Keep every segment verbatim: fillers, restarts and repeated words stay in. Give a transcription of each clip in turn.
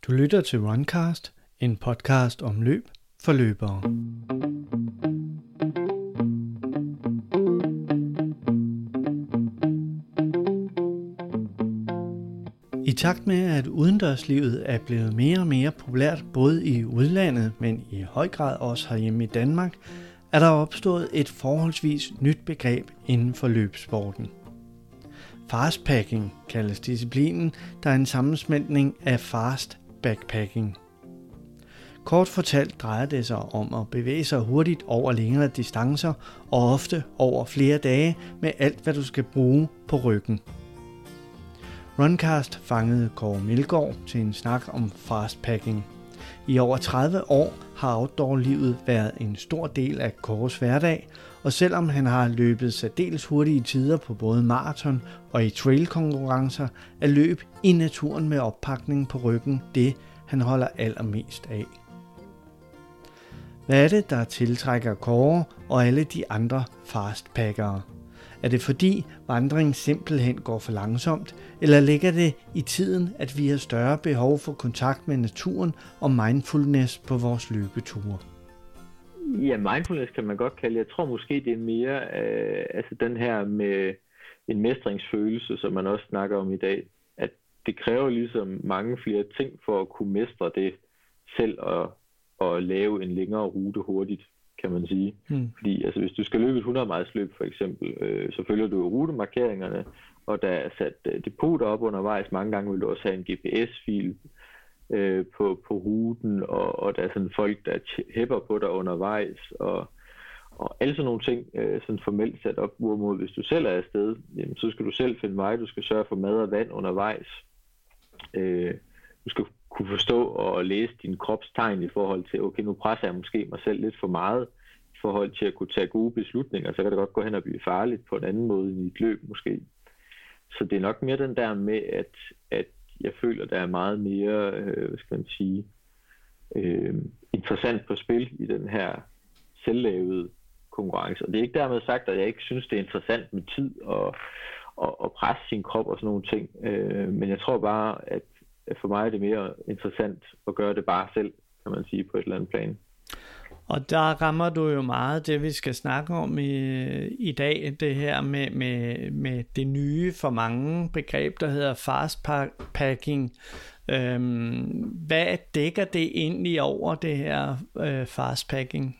Du lytter til Runcast, en podcast om løb for løbere. I takt med, at udendørslivet er blevet mere og mere populært både i udlandet, men i høj grad også herhjemme i Danmark, er der opstået et forholdsvis nyt begreb inden for løbssporten. Fastpacking kaldes disciplinen, der er en sammensmeltning af fast backpacking. Kort fortalt drejer det sig om at bevæge sig hurtigt over længere distancer og ofte over flere dage med alt, hvad du skal bruge på ryggen. Runcast fangede Kåre Meldgaard til en snak om fastpacking. I over tredive år har outdoor-livet været en stor del af Kåres hverdag, og selvom han har løbet særdeles hurtige tider på både maraton og i trailkonkurrencer, er løb i naturen med oppakning på ryggen det, han holder allermest af. Hvad er det, der tiltrækker Kåre og alle de andre fastpackere? Er det fordi vandring simpelthen går for langsomt, eller ligger det i tiden, at vi har større behov for kontakt med naturen og mindfulness på vores løbeture? Ja, mindfulness kan man godt kalde. Jeg tror måske, det er mere øh, altså den her med en mestringsfølelse, som man også snakker om i dag. At det kræver ligesom mange flere ting for at kunne mestre det selv og, og lave en længere rute hurtigt, kan man sige. Hmm. Fordi altså, hvis du skal løbe et hundrede miles løb for eksempel, øh, så følger du rutemarkeringerne, og der er sat øh, depoter op undervejs. Mange gange vil du også have en G P S-fil øh, på, på ruten, og, og der er sådan folk, der hæpper på dig undervejs, og, og alle sådan nogle ting øh, sådan formelt sat op, hvorimod hvis du selv er afsted, jamen, så skal du selv finde vej, du skal sørge for mad og vand undervejs. Øh, du skal kunne forstå og læse dine kropstegn i forhold til, okay, nu presser jeg måske mig selv lidt for meget, i forhold til at kunne tage gode beslutninger, så kan det godt gå hen og blive farligt på en anden måde end i et løb måske. Så det er nok mere den der med, at, at jeg føler, der er meget mere, øh, hvad skal man sige, øh, interessant på spil i den her selvlavede konkurrence. Og det er ikke dermed sagt, at jeg ikke synes, det er interessant med tid og, og, og presse sin krop og sådan nogle ting. Øh, men jeg tror bare, at for mig er det mere interessant at gøre det bare selv, kan man sige, på et eller andet plan. Og der rammer du jo meget det, vi skal snakke om i, i dag, det her med, med, med det nye for mange begreb, der hedder fastpacking. Øhm, hvad dækker det egentlig over, det her øh, fastpacking?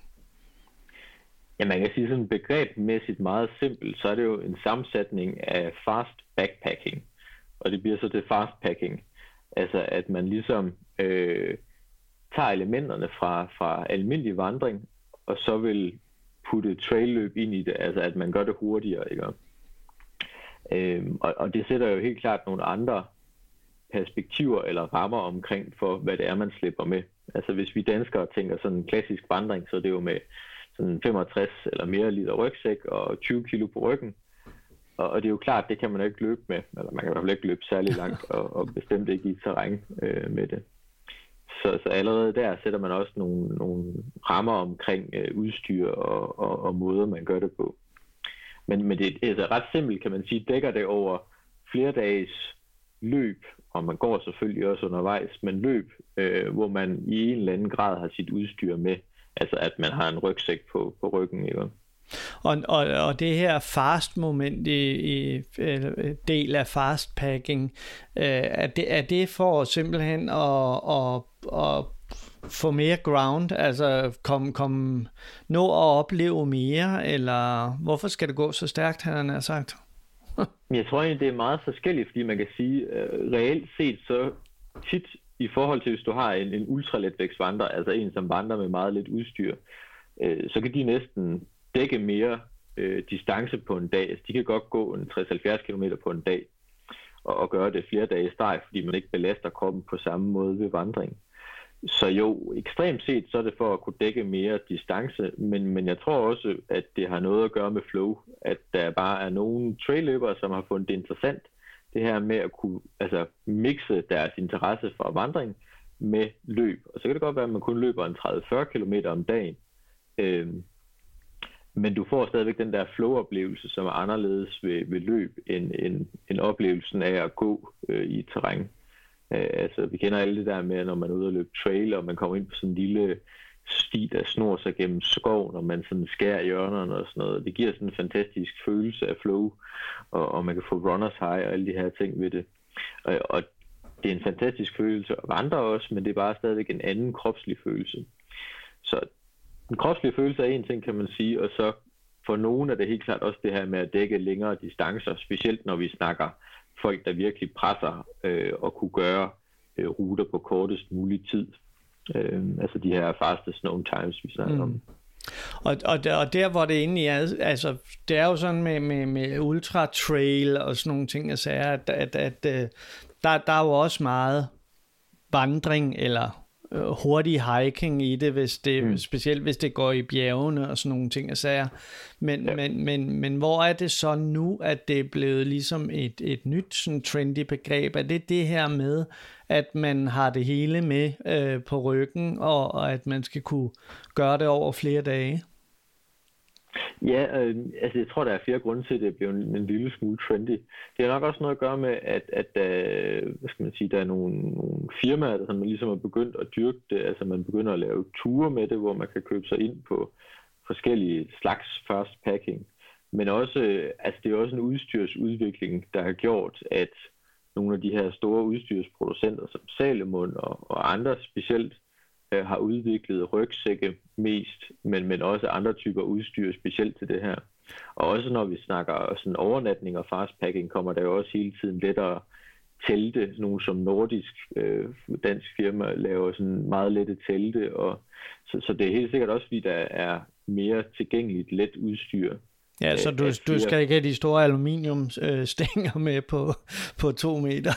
Ja, man kan sige sådan begrebmæssigt meget simpelt, så er det jo en sammensætning af fast backpacking, og det bliver så det fastpacking. Altså at man ligesom øh, tager elementerne fra, fra almindelig vandring, og så vil putte trailløb ind i det, altså at man gør det hurtigere, ikke? Øhm, og, og det sætter jo helt klart nogle andre perspektiver eller rammer omkring for, hvad det er, man slipper med. Altså hvis vi danskere tænker sådan en klassisk vandring, så er det jo med sådan femogtres eller mere liter rygsæk og tyve kilo på ryggen. Og det er jo klart, det kan man ikke løbe med, eller man kan i hvert fald ikke løbe særlig langt, og, og bestemt ikke i terræn øh, med det. Så, så allerede der sætter man også nogle, nogle rammer omkring øh, udstyr og, og, og måder, man gør det på. Men, men det er altså ret simpelt, kan man sige, dækker det over flere dages løb, og man går selvfølgelig også undervejs, men løb, øh, hvor man i en eller anden grad har sit udstyr med, altså at man har en rygsæk på, på ryggen, ikke? Og, og, og det her fast moment i, i del af fastpacking, øh, er, det, er det for simpelthen at, at, at få mere ground, altså komme kom, nå at opleve mere, eller hvorfor skal det gå så stærkt, han har sagt? Jeg tror egentlig, det er meget forskelligt, fordi man kan sige, øh, reelt set så tit i forhold til, hvis du har en, en ultraletvægtsvandrer, altså en, som vandrer med meget lidt udstyr, øh, så kan de næsten dække mere øh, distance på en dag. Altså, de kan godt gå en tres til halvfjerds kilometer på en dag, og, og gøre det flere dage i streg, fordi man ikke belaster kroppen på samme måde ved vandring. Så jo, ekstremt set, så er det for at kunne dække mere distance, men, men jeg tror også, at det har noget at gøre med flow, at der bare er nogle trailløbere, som har fundet det interessant, det her med at kunne altså, mixe deres interesse for vandring med løb. Og så kan det godt være, at man kun løber en tredive til fyrre kilometer om dagen, øh, men du får stadigvæk den der flow-oplevelse, som er anderledes ved, ved løb, end, end, end oplevelsen af at gå øh, i terræn. Øh, altså, vi kender alle det der med, når man er ude og løbe trail, og man kommer ind på sådan en lille sti, der snor sig gennem skoven, og man sådan skærer hjørnerne og sådan noget. Det giver sådan en fantastisk følelse af flow, og, og man kan få runners high og alle de her ting ved det. Og, og det er en fantastisk følelse at vandre også, men det er bare stadigvæk en anden kropslig følelse. Så en kropslig følelse er en ting, kan man sige, og så for nogen er det helt klart også det her med at dække længere distancer, specielt når vi snakker folk, der virkelig presser øh, og kunne gøre øh, ruter på kortest mulig tid. Øh, altså de her fastest known times, vi snakker mm. om. Og, og, der, og der hvor det egentlig er, altså det er jo sådan med, med, med ultra trail og sådan nogle ting, altså er, at, at, at der, der er jo også meget vandring eller øh, hurtig hiking i det, hvis det mm. specielt hvis det går i bjergene og sådan nogle ting, altså er. Men, ja. men, men, men hvor er det så nu, at det er blevet ligesom et, et nyt sådan trendy begreb? Er det det her med, at man har det hele med øh, på ryggen, og, og at man skal kunne gøre det over flere dage? Ja, øh, altså jeg tror, der er flere grunde til, at det er blevet en, en lille smule trendy. Det har nok også noget at gøre med, at, at øh, hvad skal man sige, der er nogle, nogle firmaer, der som ligesom er begyndt at dyrke det. Altså man begynder at lave ture med det, hvor man kan købe sig ind på forskellige slags fast packing. Men også, altså det er også en udstyrsudvikling, der har gjort, at nogle af de her store udstyrsproducenter som Salomon og, og andre specielt øh, har udviklet rygsække mest, men, men også andre typer udstyr specielt til det her. Og også når vi snakker sådan overnatning og fastpacking, kommer der jo også hele tiden lettere telte. Nogle som nordisk øh, dansk firma laver sådan meget lette telte, og så, så det er helt sikkert også, fordi der er mere tilgængeligt let udstyr. Ja, så du, du skal ikke have de store aluminiumstænger med på, på to meter.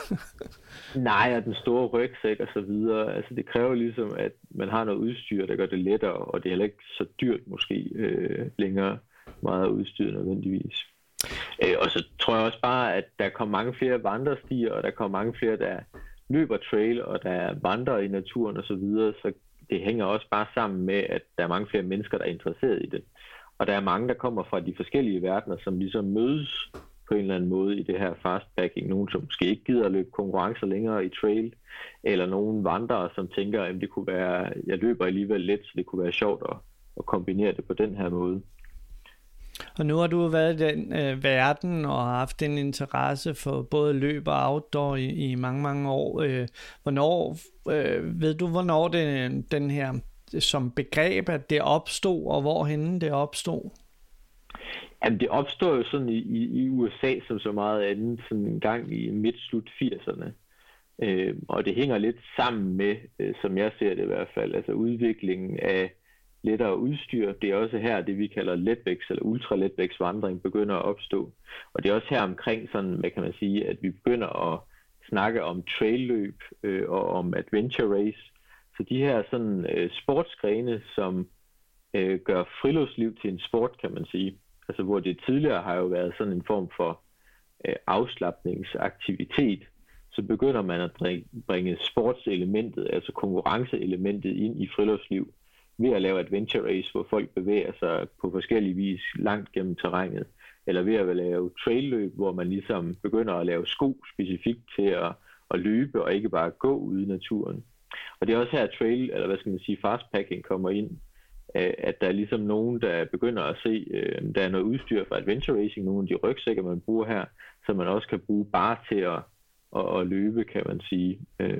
Nej, og den store rygsæk og så videre. Altså det kræver ligesom, at man har noget udstyr, der gør det lettere, og det er heller ikke så dyrt måske øh, længere meget udstyr nødvendigvis. Øh, og så tror jeg også bare, at der kommer mange flere vandrestier, og der kommer mange flere, der løber trail, og der vandrer i naturen og så videre. Så det hænger også bare sammen med, at der er mange flere mennesker, der er interesseret i det. Og der er mange, der kommer fra de forskellige verdener, som ligesom mødes på en eller anden måde i det her fastpacking. Nogen, som måske ikke gider at løbe konkurrencer længere i trail, eller nogen vandrere, som tænker, at det kunne være, jeg løber alligevel let, så det kunne være sjovt at, at kombinere det på den her måde. Og nu har du været i den øh, verden og haft en interesse for både løb og outdoor i, i mange, mange år. Øh, hvornår, øh, ved du, hvornår det, den her som begreb, at det opstod, og hvorhenne det opstod? Jamen, det opstod jo sådan i, i, i U S A som så meget andet, sådan en gang i midt-slut firserne. Øh, og det hænger lidt sammen med, øh, som jeg ser det i hvert fald, altså udviklingen af lettere udstyr. Det er også her, det vi kalder letvægts- eller ultraletvægtsvandring begynder at opstå. Og det er også her omkring sådan, hvad kan man sige, at vi begynder at snakke om trailløb øh, og om adventure race. Så de her sådan øh, sportsgrene, som øh, gør friluftsliv til en sport, kan man sige. Altså hvor det tidligere har jo været sådan en form for øh, afslapningsaktivitet, så begynder man at bringe sportselementet, altså konkurrenceelementet ind i friluftsliv, ved at lave adventure race, hvor folk bevæger sig på forskellige vis langt gennem terrænet, eller ved at lave trailløb, hvor man ligesom begynder at lave sko specifikt til at, at løbe, og ikke bare gå ude i naturen. Og det er også her trail, eller hvad skal man sige, fastpacking kommer ind, at der er ligesom nogen, der begynder at se, der er noget udstyr for adventure racing, nogle af de rygsækker, man bruger her, som man også kan bruge bare til at, at, at løbe, kan man sige.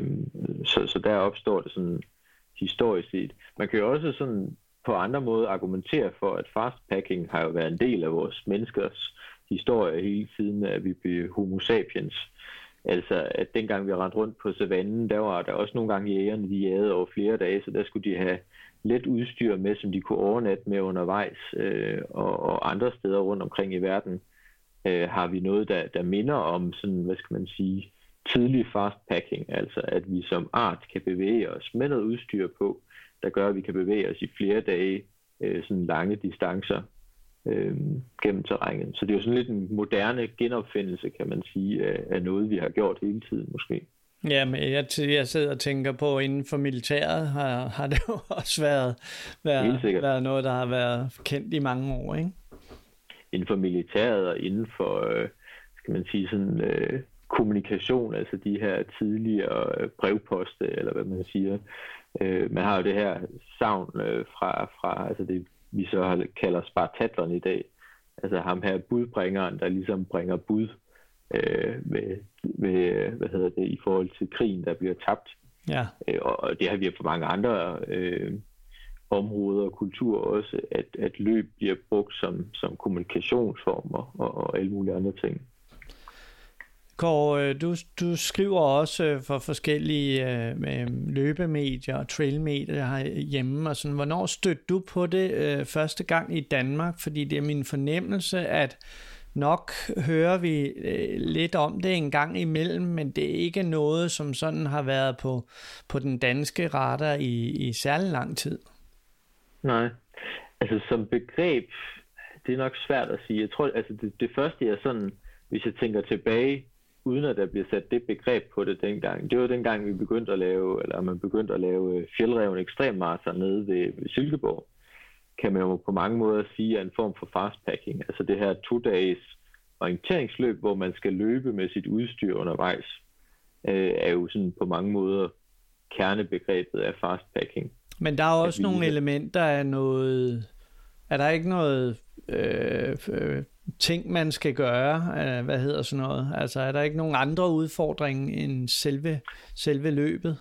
Så, så der opstår det sådan historisk set. Man kan jo også sådan på andre måder argumentere for, at fastpacking har jo været en del af vores menneskers historie hele tiden, at vi blev homo sapiens. Altså, at dengang vi rendte rundt på savannen, der var der også nogle gange jægerne, de jagede over flere dage, så der skulle de have let udstyr med, som de kunne overnatte med undervejs, øh, og, og andre steder rundt omkring i verden øh, har vi noget, der, der minder om sådan, hvad skal man sige, tidlig fastpacking, altså at vi som art kan bevæge os med noget udstyr på, der gør, at vi kan bevæge os i flere dage, øh, sådan lange distancer øh, gennem terrænet. Så det er jo sådan lidt en moderne genopfindelse, kan man sige, af, af noget, vi har gjort hele tiden måske. Ja, men jeg, jeg sidder og tænker på, inden for militæret har, har det jo også været, været, været noget, der har været kendt i mange år, ikke? Inden for militæret og inden for, øh, skal man sige sådan, øh, kommunikation, altså de her tidligere brevposte, eller hvad man siger. Øh, man har jo det her savn øh, fra, fra altså det, vi så kalder spartatleren i dag. Altså ham her budbringeren, der ligesom bringer bud øh, med, med, hvad hedder det, i forhold til krigen, der bliver tabt. Ja. Øh, og det har vi på mange andre øh, områder og kulturer også, at, at løb bliver brugt som, som kommunikationsformer og, og alle mulige andre ting. Kåre, du, du skriver også for forskellige øh, løbemedier og trailmedier herhjemme, og sådan, hvornår stødte du på det øh, første gang i Danmark? Fordi det er min fornemmelse, at nok hører vi øh, lidt om det en gang imellem, men det er ikke noget, som sådan har været på, på den danske radar i, i særlig lang tid. Nej, altså som begreb, det er nok svært at sige. Jeg tror, altså det, det første er sådan, hvis jeg tænker tilbage, uden at der bliver sat det begreb på det dengang. Det var dengang, vi begyndte at lave, eller man begyndte at lave fjeldreven ekstremmaraton nede ved, ved Silkeborg. Kan man jo på mange måder sige, er en form for fastpacking. Altså det her to-dages orienteringsløb, hvor man skal løbe med sit udstyr undervejs, øh, er jo sådan på mange måder kernebegrebet af fastpacking. Men der er også nogle elementer af noget... Er der ikke noget... Øh, øh, ting, man skal gøre, hvad hedder sådan noget? Altså, er der ikke nogen andre udfordringer end selve, selve løbet?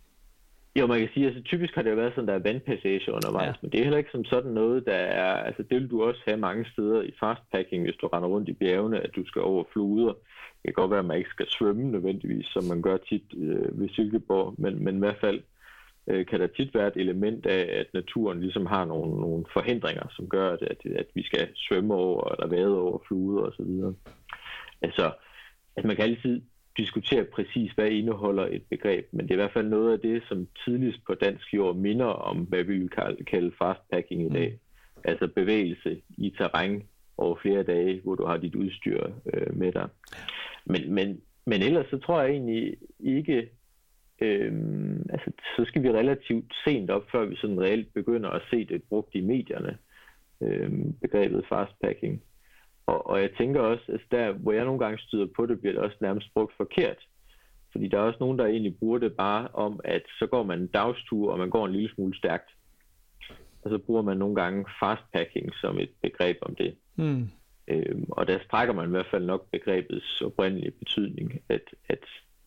Jo, man kan sige, altså typisk har det jo været sådan, der er vandpassage undervejs, ja. Men det er heller ikke som sådan noget, der er, altså det vil du også have mange steder i fastpacking, hvis du render rundt i bjergene, at du skal over floder. Det kan godt være, at man ikke skal svømme nødvendigvis, som man gør tit øh, ved Silkeborg, men, men i hvert fald øh, kan der tit være et element af, at naturen ligesom har nogle, nogle forhindringer, som gør, at, at, at vi skal svømme over, eller vade over floder osv. Altså, at man kan altid diskutere præcis, hvad indeholder et begreb, men det er i hvert fald noget af det, som tidligst på dansk jord minder om, hvad vi vil kalde, kalde fastpacking i dag. Mm. Altså bevægelse i terræn over flere dage, hvor du har dit udstyr øh, med dig. Men, men, men ellers så tror jeg egentlig ikke, Øhm, altså, så skal vi relativt sent op, før vi sådan reelt begynder at se det brugt i medierne, øhm, begrebet fastpacking. Og, og jeg tænker også, at altså der, hvor jeg nogle gange støder på det, bliver det også nærmest brugt forkert. Fordi der er også nogen, der egentlig bruger det bare om, at så går man en dagstur, og man går en lille smule stærkt. Og så bruger man nogle gange fastpacking som et begreb om det. Mm. Øhm, og der strækker man i hvert fald nok begrebets oprindelige betydning, at, at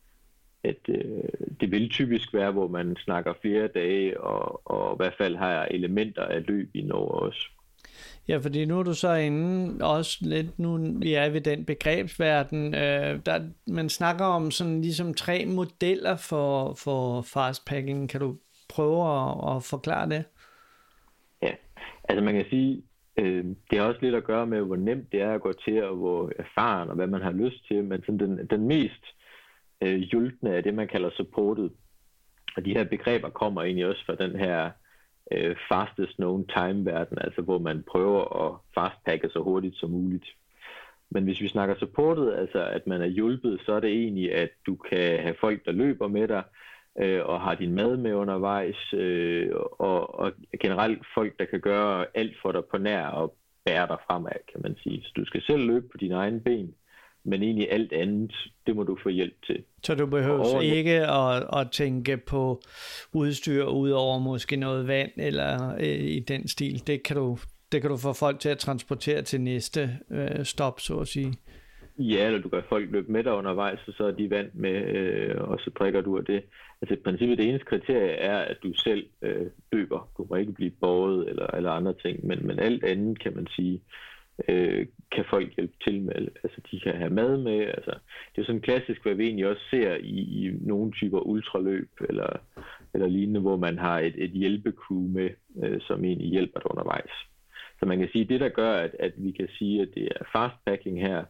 at øh, det vil typisk være, hvor man snakker flere dage, og, og i hvert fald har elementer af løb i over også. Ja, fordi nu er du så inde også lidt, nu vi er ved den begrebsverden, øh, der, man snakker om sådan ligesom tre modeller for, for fastpacking. Kan du prøve at, at forklare det? Ja, altså man kan sige, øh, det har også lidt at gøre med, hvor nemt det er at gå til, og hvor erfaren, og hvad man har lyst til, men sådan den, den mest øh, hjulpende er det, man kalder supported. Og de her begreber kommer egentlig også fra den her øh, fastest known time-verden, altså hvor man prøver at fastpacke så hurtigt som muligt. Men hvis vi snakker supported, altså at man er hjulpet, så er det egentlig, at du kan have folk, der løber med dig, øh, og har din mad med undervejs, øh, og, og generelt folk, der kan gøre alt for dig på nær og bære dig fremad, kan man sige. Så du skal selv løbe på dine egne ben, men egentlig alt andet, det må du få hjælp til. Så du behøver over... ikke at, at tænke på udstyr ud over måske noget vand eller øh, i den stil. Det kan du det kan du få folk til at transportere til næste øh, stop, så at sige. Ja, eller du kan folk løbe med dig undervejs, og så er de vand med, øh, og så drikker du af det. Altså i princippet det eneste kriterie er, at du selv øh, løber. Du må ikke blive båret eller, eller andre ting, men, men alt andet kan man sige, øh, kan folk hjælpe til med. Altså de kan have mad med. Altså, det er sådan klassisk, hvad vi egentlig også ser i, i nogle typer ultraløb eller, eller lignende, hvor man har et, et hjælpecrew med, øh, som egentlig hjælper dig undervejs. Så man kan sige, at det der gør, at, at vi kan sige, at det er fastpacking her,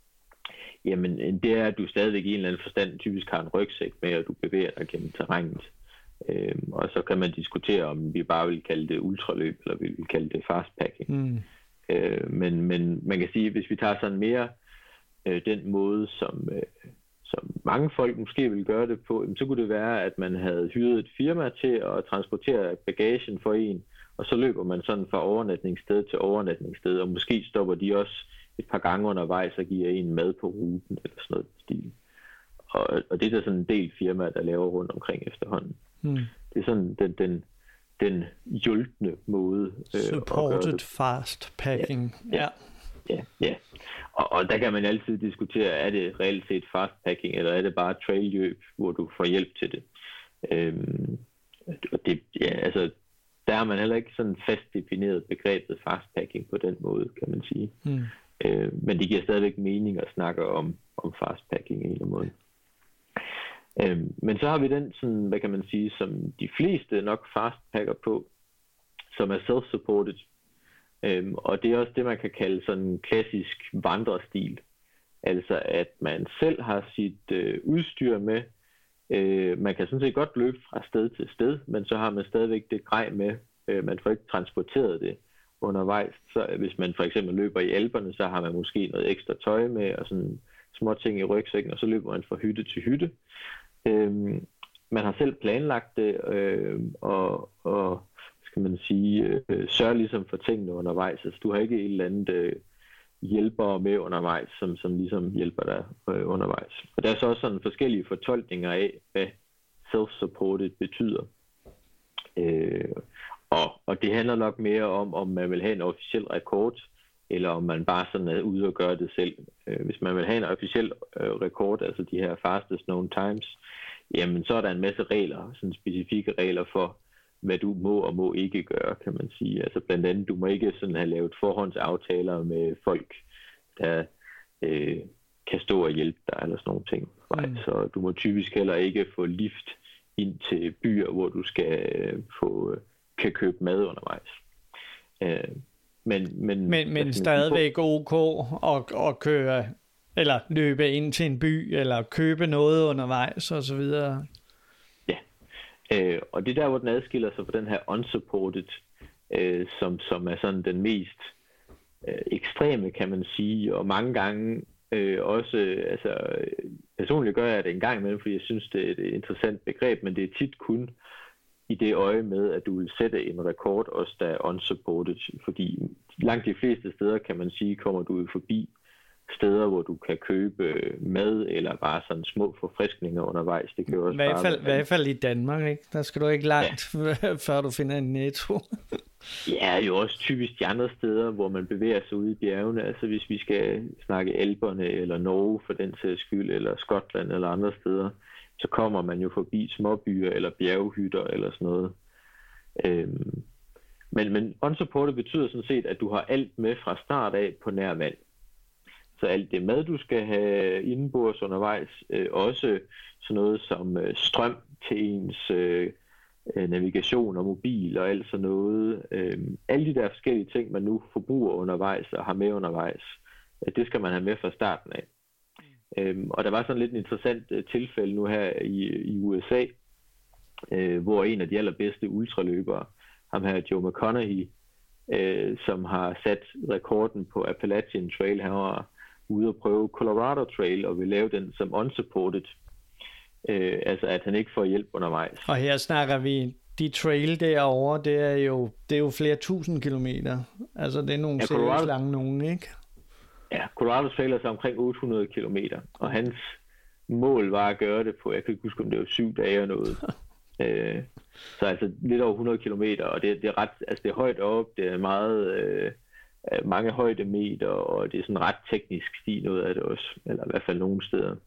jamen det er, at du stadigvæk i en eller anden forstand typisk har en rygsæk med, og du bevæger dig gennem terrænet. Øhm, og så kan man diskutere, om vi bare vil kalde det ultraløb, eller vi vil kalde det fastpacking. Mm. Øh, men, men man kan sige, at hvis vi tager sådan mere øh, den måde, som, øh, som mange folk måske vil gøre det på, så kunne det være, at man havde hyret et firma til at transportere bagagen for en, og så løber man sådan fra overnatningssted til overnatningssted, og måske stopper de også et par gange undervejs og giver en mad på ruten eller sådan noget stil. og, og det er der sådan en del firmaer, der laver rundt omkring efterhånden. Mm. Det er sådan den, den, den hjulpende måde. Øh, Supported fast packing. Ja, ja, ja, ja. Og, og der kan man altid diskutere, er det reelt set fast packing, eller er det bare trailløb, hvor du får hjælp til det. Øhm, og det, ja, altså, der har man heller ikke sådan fast defineret begrebet fast packing på den måde, kan man sige. Mm. Øh, men det giver stadigvæk mening at snakke om, om fast packing i en eller anden måde. Øhm, men så har vi den, sådan, hvad kan man sige, som de fleste nok fast packer på, som er self-supported. Øhm, og det er også det, man kan kalde sådan en klassisk vandrestil. Altså at man selv har sit øh, udstyr med. Øh, man kan sådan set godt løbe fra sted til sted, men så har man stadigvæk det grej med. Øh, man får ikke transporteret det undervejs. Så hvis man for eksempel løber i Alperne, så har man måske noget ekstra tøj med og sådan små ting i rygsækken, og så løber man fra hytte til hytte. Øh, man har selv planlagt det, øh, og, og skal man sige, øh, sørge ligesom for tingene undervejs. Altså du har ikke et eller andet øh, hjælper med undervejs, som, som ligesom hjælper dig øh, undervejs. Og der er så også sådan forskellige fortolkninger af, hvad self-supported betyder. Øh, og, og det handler nok mere om, om man vil have en officiel rekord, eller om man bare sådan er ude og gøre det selv. Øh, hvis man vil have en officiel øh, rekord, altså de her fastest known times, jamen så er der en masse regler, sådan specifikke regler for, hvad du må og må ikke gøre, kan man sige. Altså blandt andet, du må ikke sådan have lavet forhåndsaftaler med folk, der øh, kan stå og hjælpe dig, eller sådan nogle ting. Mm. Så du må typisk heller ikke få lift ind til byer, hvor du skal øh, få, kan købe mad undervejs. Øh, men men, men, men stadigvæk ok at, at køre, eller løbe ind til en by, eller købe noget undervejs, og så videre. Øh, og det er der, hvor den adskiller sig fra den her unsupported, øh, som, som er sådan den mest øh, ekstreme, kan man sige, og mange gange øh, også, altså personligt gør jeg det en gang imellem, fordi jeg synes, det er et interessant begreb, men det er tit kun i det øje med, at du vil sætte en rekord, også der er unsupported, fordi langt de fleste steder, kan man sige, kommer du forbi steder, hvor du kan købe mad, eller bare sådan små forfriskninger undervejs. Det kan jo også I hvert fald, i hvert fald i Danmark, ikke? Der skal du ikke langt, ja. Før du finder en Netto. Ja, jo også typisk de andre steder, hvor man bevæger sig ude i bjergene. Altså hvis vi skal snakke Alperne, eller Norge for den sags skyld, eller Skotland, eller andre steder, så kommer man jo forbi småbyer, eller bjerghytter, eller sådan noget. Øhm, men, men unsupported betyder sådan set, at du har alt med fra start af på nær vand. Så alt det mad, du skal have indenbords undervejs, øh, også sådan noget som øh, strøm til ens øh, navigation og mobil og alt sådan noget. Øh, alle de der forskellige ting, man nu forbruger undervejs og har med undervejs, øh, det skal man have med fra starten af. Mm. Øh, og der var sådan lidt en interessant øh, tilfælde nu her i, i U S A, øh, hvor en af de allerbedste ultraløbere, ham her Joe McConaughey, øh, som har sat rekorden på Appalachian Trail, han var ude at prøve Colorado Trail og vil lave den som unsupported. Øh, altså at han ikke får hjælp undervejs. Og her snakker vi, de trail derovre, det er jo, det er jo flere tusind kilometer. Altså det er nogle ja, seriøst lange nogen, ikke? Ja, Colorado Trail er så omkring otte hundrede kilometer, og hans mål var at gøre det på, jeg kan ikke huske, om det var syv dage og noget. øh, så altså lidt over hundrede kilometer, og det, det er ret, altså det er højt op, det er meget... Øh, mange højdemeter, og det er sådan ret teknisk stil noget af det også, eller i hvert fald nogle steder.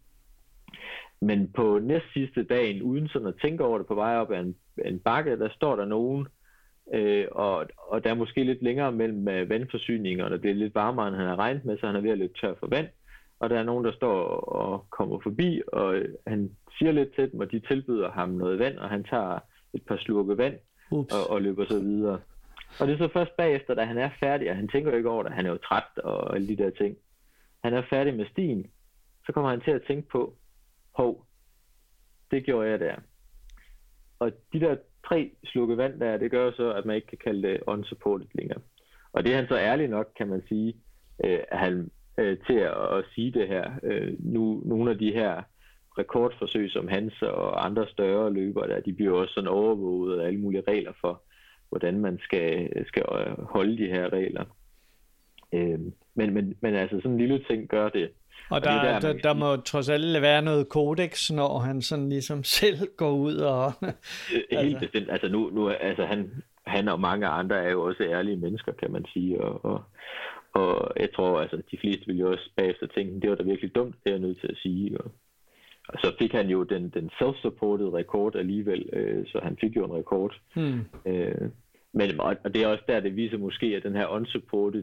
Men på næst sidste dagen, uden sådan at tænke over det på vej op ad en, en bakke, der står der nogen, øh, og, og der er måske lidt længere mellem vandforsyninger, og det bliver lidt varmere, end han har regnet med, så han er ved at løbe tør for vand, og der er nogen, der står og kommer forbi, og han siger lidt til dem, og de tilbyder ham noget vand, og han tager et par slurke vand, og, og løber så videre. Og det er så først bagefter, da han er færdig, og han tænker jo ikke over det, han er jo træt og alle de der ting. Han er færdig med stien, så kommer han til at tænke på, hov, det gjorde jeg der. Og de der tre slukke vand der, det gør så, at man ikke kan kalde det unsupported længere. Og det er han så ærlig nok, kan man sige, øh, at han øh, til at, at sige det her. Øh, nu, nogle af de her rekordforsøg, som hans og andre større løbere der, de bliver også sådan overvåget af alle mulige regler for, hvordan man skal, skal holde de her regler. Øh, men, men, men altså sådan en lille ting gør det Og der, og der, der, der må trods alt være noget kodex, når han sådan ligesom selv går ud og... Helt altså. Bestemt. Altså nu, nu altså han, han og mange andre er jo også ærlige mennesker, kan man sige. Og, og, og jeg tror, altså de fleste vil jo også bagefter tænke, det var da virkelig dumt, det er jeg nødt til at sige. Og, og så fik han jo den, den self-supported rekord alligevel, øh, så han fik jo en rekord. Hmm. Øh, men, og det er også der, det viser måske, at den her unsupported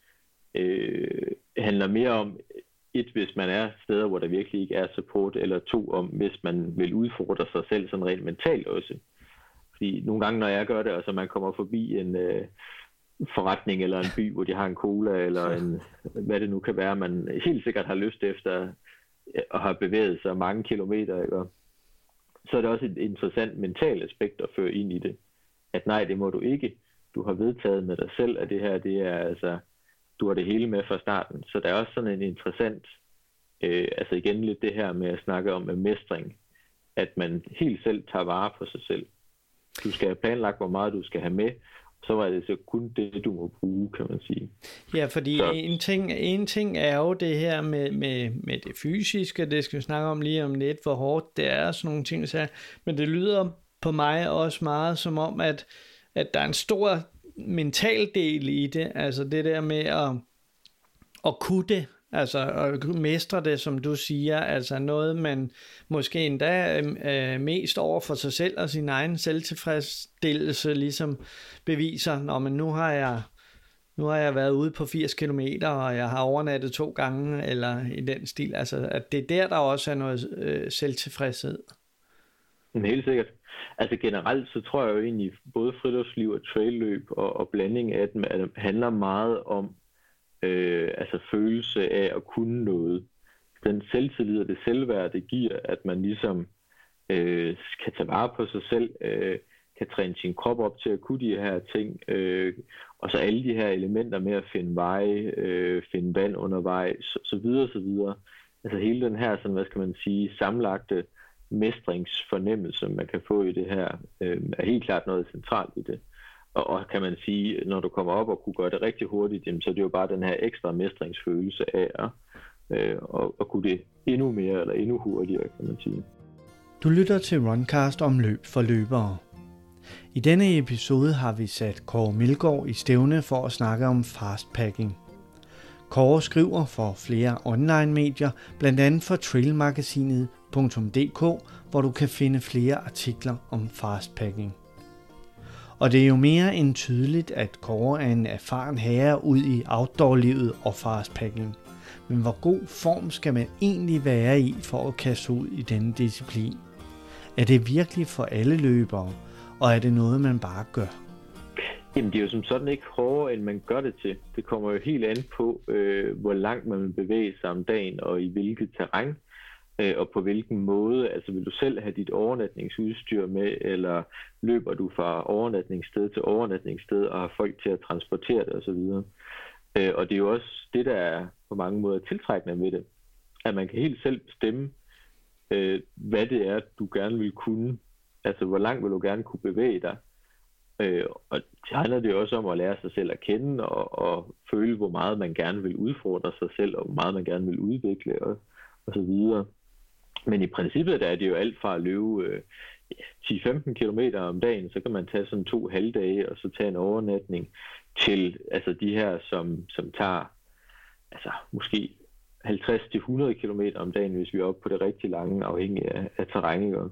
øh, handler mere om... Et, hvis man er steder, hvor der virkelig ikke er support, eller to, om hvis man vil udfordre sig selv sådan rent mentalt også. Fordi nogle gange, når jeg gør det, og så man kommer forbi en øh, forretning eller en by, hvor de har en cola, eller en, hvad det nu kan være, man helt sikkert har lyst efter at have bevæget sig mange kilometer, ikke? Så er det også et interessant mentalt aspekt at føre ind i det. At nej, det må du ikke. Du har vedtaget med dig selv, at det her, det er altså... Du har det hele med fra starten. Så der er også sådan en interessant, øh, altså igen lidt det her med at snakke om med mestring, at man helt selv tager vare på sig selv. Du skal have planlagt, hvor meget du skal have med, så var det så kun det, du må bruge, kan man sige. Ja, fordi så. en ting, en ting er jo det her med, med, med det fysiske, det skal vi snakke om lige om lidt, hvor hårdt det er, sådan nogle ting, så, men det lyder på mig også meget som om, at, at der er en stor mental del i det, altså det der med at, at kunne det, altså at mestre det, som du siger, altså noget man måske endda øh, mest over for sig selv og sin egen selvtilfredsstillelse ligesom beviser, når man nu har jeg nu har jeg været ude på firs kilometer, og jeg har overnattet to gange, eller i den stil, altså at det er der, der også er noget øh, selvtilfredshed. Helt sikkert. Altså generelt, så tror jeg jo egentlig, både friluftsliv og trailløb og, og blanding af dem, at det handler meget om øh, altså følelse af at kunne noget. Den selvtillid og det selvværd, det giver, at man ligesom øh, kan tage vare på sig selv, øh, kan træne sin krop op til at kunne de her ting, øh, og så alle de her elementer med at finde veje, øh, finde vand undervejs, så, så videre, så videre. Altså hele den her, sådan, hvad skal man sige, sammenlagte mestringsfornemmelse, man kan få i det her, øh, er helt klart noget centralt i det. Og, og kan man sige, når du kommer op og kunne gøre det rigtig hurtigt, jamen, så er det jo bare den her ekstra mestringsfølelse af at, øh, at, at kunne det endnu mere eller endnu hurtigere, kan man sige. Du lytter til Runcast om løb for løbere. I denne episode har vi sat Kåre Milgaard i stævne for at snakke om fastpacking. Kåre skriver for flere online-medier, blandt andet for trailmagasinet punktum d k, hvor du kan finde flere artikler om fastpacking. Og det er jo mere end tydeligt, at Kåre er en erfaren herre ud i outdoor-livet og fastpacking. Men hvor god form skal man egentlig være i for at kaste ud i denne disciplin? Er det virkelig for alle løbere, og er det noget, man bare gør? Jamen, det er jo som sådan ikke hårdere, end man gør det til. Det kommer jo helt an på, øh, hvor langt man vil bevæge sig om dagen, og i hvilket terræn, øh, og på hvilken måde. Altså, vil du selv have dit overnatningsudstyr med, eller løber du fra overnatningssted til overnatningssted, og har folk til at transportere det osv.? Øh, og det er jo også det, der er på mange måder tiltrækkende ved det. At man kan helt selv bestemme, øh, hvad det er, du gerne vil kunne. Altså, hvor langt vil du gerne kunne bevæge dig? Øh, og det handler det også om at lære sig selv at kende og, og føle, hvor meget man gerne vil udfordre sig selv, og hvor meget man gerne vil udvikle og, og så videre. Men i princippet der er det jo alt fra at løbe øh, ti til femten kilometer om dagen, så kan man tage sådan to halvdage og så tage en overnatning til altså de her, som, som tager altså måske halvtreds til hundrede kilometer om dagen, hvis vi er oppe på det rigtig lange, afhængig af, af terræn.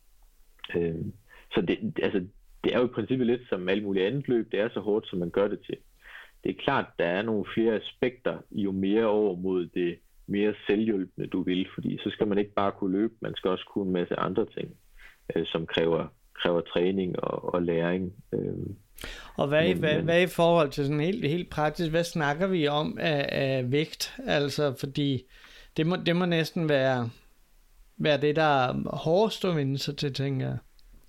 Øh, så det, altså Det er jo i princippet lidt som alt muligt andet løb. Det er så hårdt, som man gør det til. Det er klart, der er nogle flere aspekter, jo mere over mod det mere selvhjælpende, du vil. Fordi så skal man ikke bare kunne løbe, man skal også kunne en masse andre ting, øh, som kræver, kræver træning og, og læring. Øh, og hvad, men, hvad, men, hvad i forhold til sådan helt, helt praktisk, hvad snakker vi om af, af vægt? Altså, fordi det må, det må næsten være, være det, der er hårdest at vinde sig til, tænker jeg.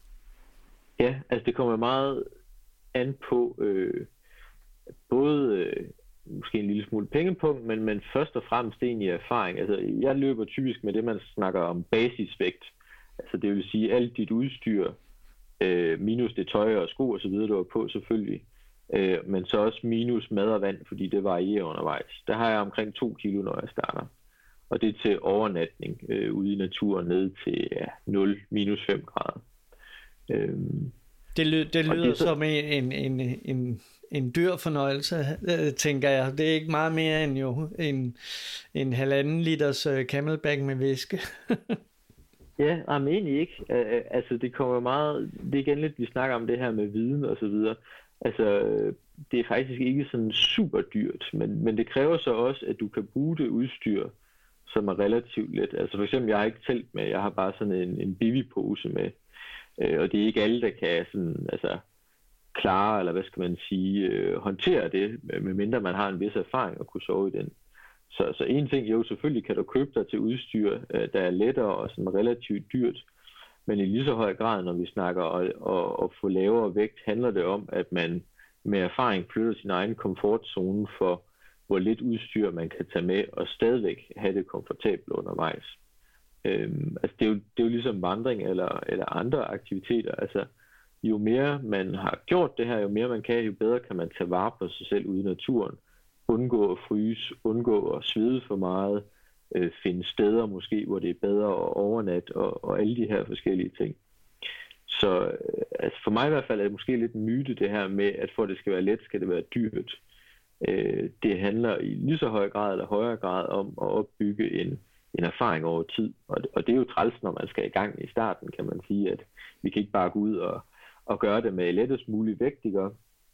Ja, altså det kommer meget an på øh, både øh, måske en lille smule pengepunkt, men, men først og fremmest egentlig erfaring. Altså jeg løber typisk med det, man snakker om basisvægt. Altså det vil sige alt dit udstyr, øh, minus det tøj og sko og så videre, du har på selvfølgelig. Øh, men så også minus mad og vand, fordi det varierer undervejs. Der har jeg omkring to kilo, når jeg starter. og det er til overnatning øh, ude i naturen ned til ja, nul minus fem grader. Øhm, det, ly- det lyder det så... som en, en, en, en dyr fornøjelse, tænker jeg. Det er ikke meget mere end jo en, en halvanden liters Camelback med væske. Ja, men egentlig ikke. Altså, det kommer meget... Det er igen lidt, vi snakker om det her med viden og så videre. Altså, det er faktisk ikke sådan super dyrt, men, men det kræver så også, at du kan bruge det udstyr, som er relativt let. Altså for eksempel, jeg har ikke telt med, jeg har bare sådan en, en bivipose med, øh, og det er ikke alle, der kan sådan, altså, klare, eller hvad skal man sige, øh, håndtere det, medmindre man har en vis erfaring at kunne sove i den. Så, så en ting, jo selvfølgelig kan du købe dig til udstyr, øh, der er lettere og sådan relativt dyrt, men i lige så høj grad, når vi snakker om at, at få lavere vægt, handler det om, at man med erfaring flytter sin egen komfortzone for, hvor lidt udstyr man kan tage med, og stadigvæk have det komfortabelt undervejs. Øhm, altså det, er jo, det er jo ligesom vandring eller, eller andre aktiviteter. Altså, jo mere man har gjort det her, jo mere man kan, jo bedre kan man tage vare på sig selv ude i naturen. Undgå at fryse, undgå at svede for meget, øh, finde steder måske, hvor det er bedre at overnatte, og, og alle de her forskellige ting. Så øh, altså for mig i hvert fald er det måske lidt en myte det her med, at for at det skal være let, skal det være dyrt. Øh, det handler i lige så høj grad eller højere grad om at opbygge en, en erfaring over tid. Og det, og det er jo træls, når man skal i gang i starten, kan man sige, at vi kan ikke bare gå ud og, og gøre det med lettest mulige vægt, ikke?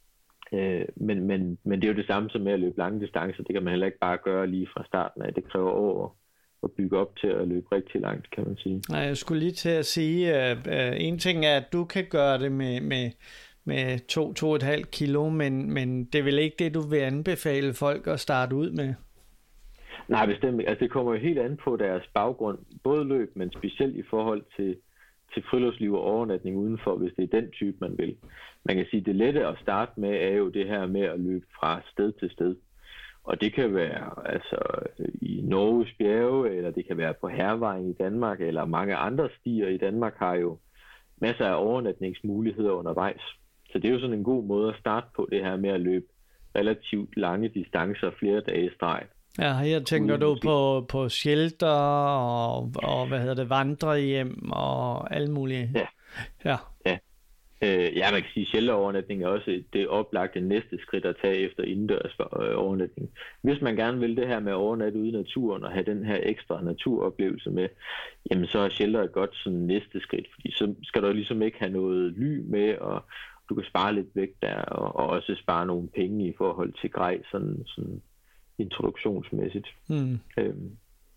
Øh, men, men, men det er jo det samme som med at løbe lange distancer. Det kan man heller ikke bare gøre lige fra starten af. Det kræver år at bygge op til at løbe rigtig langt, kan man sige. Nej, jeg skulle lige til at sige, at uh, en ting er, at du kan gøre det med, med, med to til to komma fem kilo, men, men det er vel ikke det, du vil anbefale folk at starte ud med? Nej, bestemt ikke. Altså, det kommer jo helt an på deres baggrund, både løb, men specielt i forhold til, til friluftsliv og overnatning udenfor, hvis det er den type, man vil. Man kan sige, at det lette at starte med er jo det her med at løbe fra sted til sted. Og det kan være altså i Norges bjerge, eller det kan være på Hærvejen i Danmark, eller mange andre stier i Danmark har jo masser af overnatningsmuligheder undervejs. Så det er jo sådan en god måde at starte på det her med at løbe relativt lange distancer flere dage i streg. Ja, her tænker du på, på shelter og, og hvad hedder det, vandrehjem og alle mulige. Ja. Ja. Ja. Øh, ja, man kan sige, at shelterovernatning er også det oplagte næste skridt at tage efter indendørs overnatning. Hvis man gerne vil det her med at overnatte ude i naturen og have den her ekstra naturoplevelse med, jamen så er shelter et godt sådan næste skridt, fordi så skal du ligesom ikke have noget ly med, og du kan spare lidt væk der, og, og også spare nogle penge i forhold til grej, sådan, sådan introduktionsmæssigt. Mm. Øhm.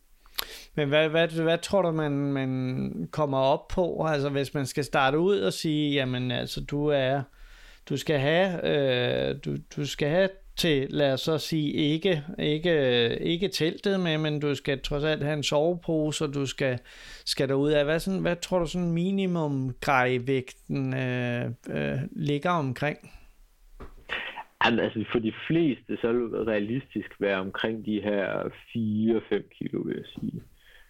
Men hvad, hvad, hvad tror du, man, man kommer op på? Altså hvis man skal starte ud og sige, jamen altså du er, du skal have, øh, du, du skal have til, lad os så sige, ikke, ikke, ikke teltet med, men du skal trods alt have en sovepose, og du skal, skal derud af. Hvad, sådan, hvad tror du sådan minimum grejvægten øh, øh, ligger omkring? Altså for de fleste, så vil det realistisk være omkring de her fire til fem kilo, vil jeg sige.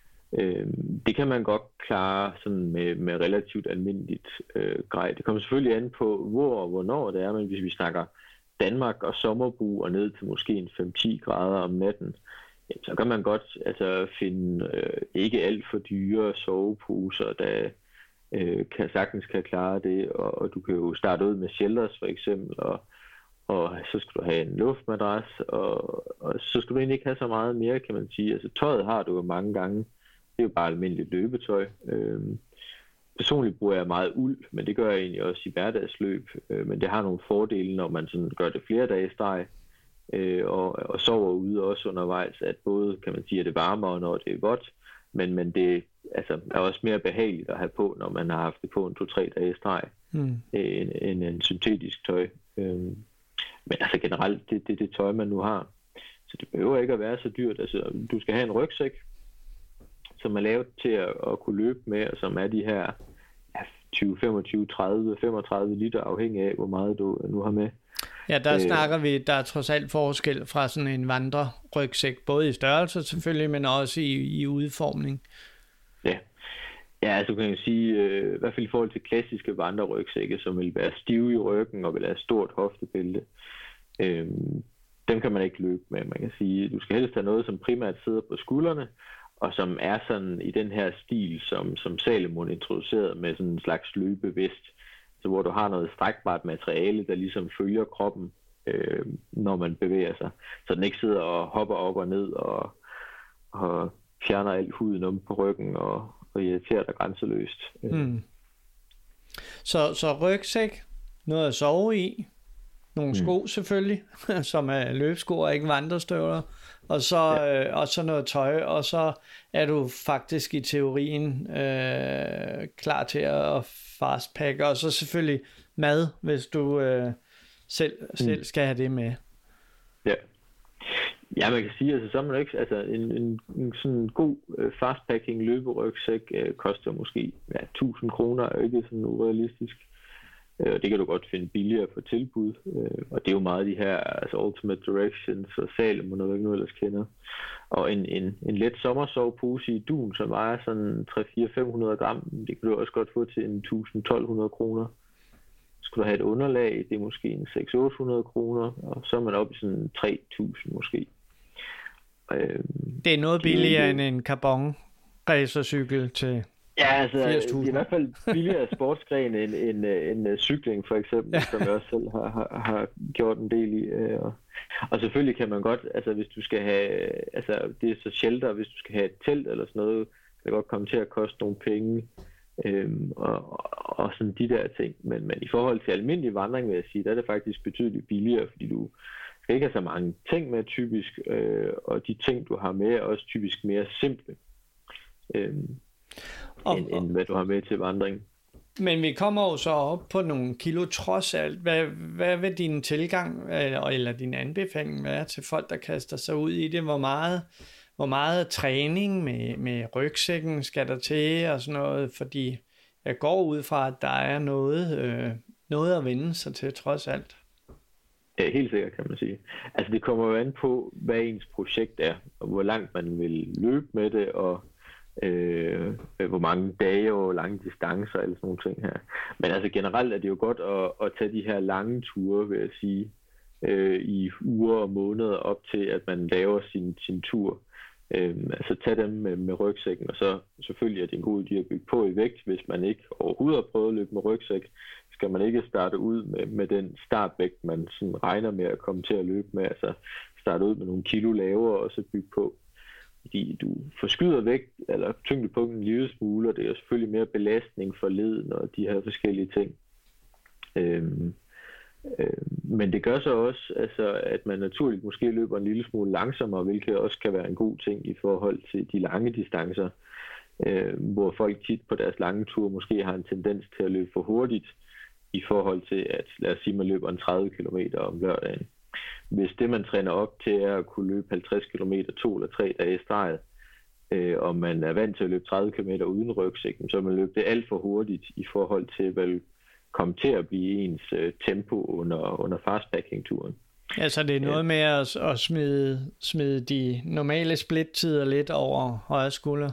Øhm, det kan man godt klare sådan med, med relativt almindeligt øh, grej. Det kommer selvfølgelig an på, hvor og hvornår det er, men hvis vi snakker Danmark og sommerbrug og ned til måske en fem til ti grader om natten, jamen, så kan man godt altså, finde øh, ikke alt for dyre soveposer, der øh, kan, sagtens kan klare det, og, og du kan jo starte ud med shelters for eksempel, og og så skal du have en luftmadras, og, og så skal du egentlig ikke have så meget mere, kan man sige. Altså tøjet har du jo mange gange. Det er jo bare almindeligt løbetøj. Øhm, personligt bruger jeg meget uld, men det gør jeg egentlig også i hverdagsløb. Øh, men det har nogle fordele, når man sådan gør det flere dage i streg, øh, og, og sover ude også undervejs, at både, kan man sige, at det varmere, når det er vådt, men, men det altså, er også mere behageligt at have på, når man har haft det på en to-tre dage i streg, mm. end, end en syntetisk tøj. Øhm, Men altså generelt, det er det, det tøj, man nu har. Så det behøver ikke at være så dyrt. Altså, du skal have en rygsæk, som er lavet til at, at kunne løbe med, og som er de her ja, tyve, femogtyve, tredive, femogtredive liter, afhængig af, hvor meget du nu har med. Ja, der øh, snakker vi, der er trods alt forskel fra sådan en vandrerygsæk, både i størrelse selvfølgelig, men også i, i udformning. Ja. Ja, altså kan jeg sige, øh, i hvert fald i forhold til klassiske vandrerygsække, som vil være stive i ryggen og vil have stort hoftebælte, øh, dem kan man ikke løbe med. Man kan sige, du skal helst have noget, som primært sidder på skuldrene, og som er sådan i den her stil, som, som Salomon introducerede med sådan en slags løbevest, så hvor du har noget strækbart materiale, der ligesom følger kroppen, øh, når man bevæger sig, så den ikke sidder og hopper op og ned og, og fjerner alt huden om på ryggen og, og irriterer dig grænseløst. Hmm. Så, så rygsæk, noget at sove i, nogle sko hmm. selvfølgelig, som er løbesko og ikke vandrestøvler, og så, ja. øh, og så noget tøj, og så er du faktisk i teorien øh, klar til at fastpacke, og så selvfølgelig mad, hvis du øh, selv, hmm. selv skal have det med. Ja. Ja, man kan sige, altså så er man ikke, altså en, en, en sådan god øh, fastpacking løberygsæk øh, koster måske ja, tusind kroner, er jo ikke sådan urealistisk. Øh, og det kan du godt finde billigere på tilbud. Øh, og det er jo meget de her, altså Ultimate Directions og Salomon, og hvad ikke nu ellers kender. Og en, en, en let sommersovepose i dun, som vejer sådan tre fire fem hundrede gram, det kan du også godt få til en tusind tolv hundrede kroner. Skulle du have et underlag, det er måske en seks til otte hundrede kroner, og så er man oppe i sådan tre tusind måske. Det er noget billigere end en carbon racercykel til ja, altså firs tusind. I hvert fald billigere sportsgren end, end, end, end cykling for eksempel, ja. Som jeg også selv har, har, har gjort en del i. Og, og selvfølgelig kan man godt, altså hvis du skal have, altså det er så shelter, hvis du skal have et telt eller sådan noget, kan det godt komme til at koste nogle penge. Øhm, og, og, og sådan de der ting. Men, men i forhold til almindelig vandring vil jeg sige, der er det faktisk betydeligt billigere, fordi du skal ikke have så mange ting med typisk, øh, og de ting du har med er også typisk mere simple, øh, og, end, end hvad du har med til vandring. Men vi kommer jo så op på nogle kilo trods alt. Hvad, hvad vil din tilgang eller, eller din anbefaling være til folk, der kaster sig ud i det? Hvor meget, hvor meget træning med, med rygsækken skal der til og sådan noget? Fordi jeg går ud fra, at der er noget, øh, noget at vende sig til trods alt. Ja, helt sikkert kan man sige. Altså det kommer jo an på, hvad ens projekt er, og hvor langt man vil løbe med det, og øh, hvor mange dage og lange distancer eller sådan nogle ting her. Men altså generelt er det jo godt at, at tage de her lange ture, vil jeg sige, øh, i uger og måneder op til, at man laver sin, sin tur. Øh, altså tage dem med, med rygsækken, og så selvfølgelig er det en god idé at bygge på i vægt, hvis man ikke overhovedet har prøvet at løbe med rygsæk. Skal man ikke starte ud med, med den startvægt, man sådan regner med at komme til at løbe med, altså starte ud med nogle kilo lavere og så bygge på. Fordi du forskyder vægt, eller tyngdepunkten en lille smule, og det er selvfølgelig mere belastning for leden og de her forskellige ting. Øhm, øhm, men det gør så også, altså, at man naturligt måske løber en lille smule langsommere, hvilket også kan være en god ting i forhold til de lange distancer, øh, hvor folk tit på deres lange ture måske har en tendens til at løbe for hurtigt, i forhold til, at lad os sige, man løber en tredive kilometer om lørdagen. Hvis det, man træner op til, er at kunne løbe halvtreds kilometer to eller tre dage i streg, øh, og man er vant til at løbe tredive kilometer uden rygsæk, så man løber det alt for hurtigt i forhold til, hvad vil komme til at blive ens øh, tempo under, under fastpacking-turen. Altså det er noget med at, at smide, smide de normale splittider lidt over højre skulder?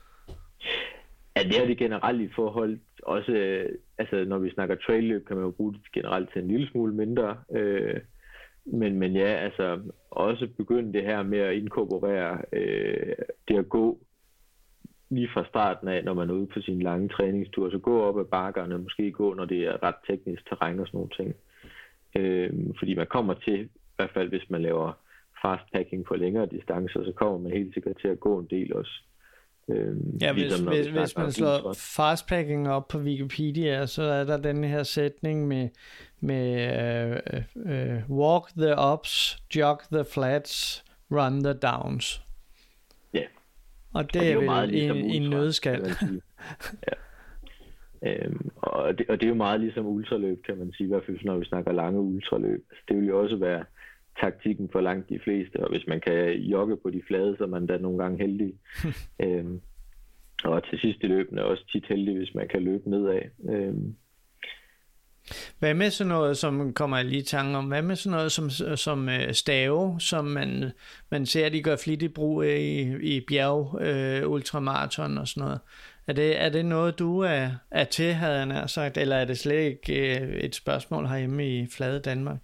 Ja, det er det generelt i forhold også, øh, altså når vi snakker trailløb, kan man jo bruge det generelt til en lille smule mindre, øh, men, men ja, altså også begynde det her med at inkorporere øh, det at gå lige fra starten af, når man er ude på sin lange træningstur, så gå op ad bakkerne, måske gå, når det er ret teknisk terræn og sådan nogle ting. Øh, fordi man kommer til, i hvert fald hvis man laver fastpacking på længere distancer, så kommer man helt sikkert til at gå en del også. Øhm, ja, hvis, hvis, hvis man slår fastpacking op på Wikipedia, så er der den her sætning med, med uh, uh, walk the ups, jog the flats, run the downs. Ja. Og det, og det er, er vel ligesom en, en nødskal. Ja. Øhm, og, det, og det er jo meget ligesom ultraløb, kan man sige, i hvert fald når vi snakker lange ultraløb. Altså, det vil jo også være taktikken for langt de fleste, og hvis man kan jogge på de flade, så er man da nogle gange heldig. øhm, og til sidst i løbene er også tit heldig, hvis man kan løbe nedad. Øhm. Hvad med sådan noget, som kommer jeg lige i tanke om, hvad med sådan noget som, som stave, som man, man ser, de gør flittigt brug af i, i bjerg, øh, ultramaraton og sådan noget. Er det, er det noget, du er, er til, havde jeg nær sagt, eller er det slet ikke øh, et spørgsmål herhjemme i flade Danmark?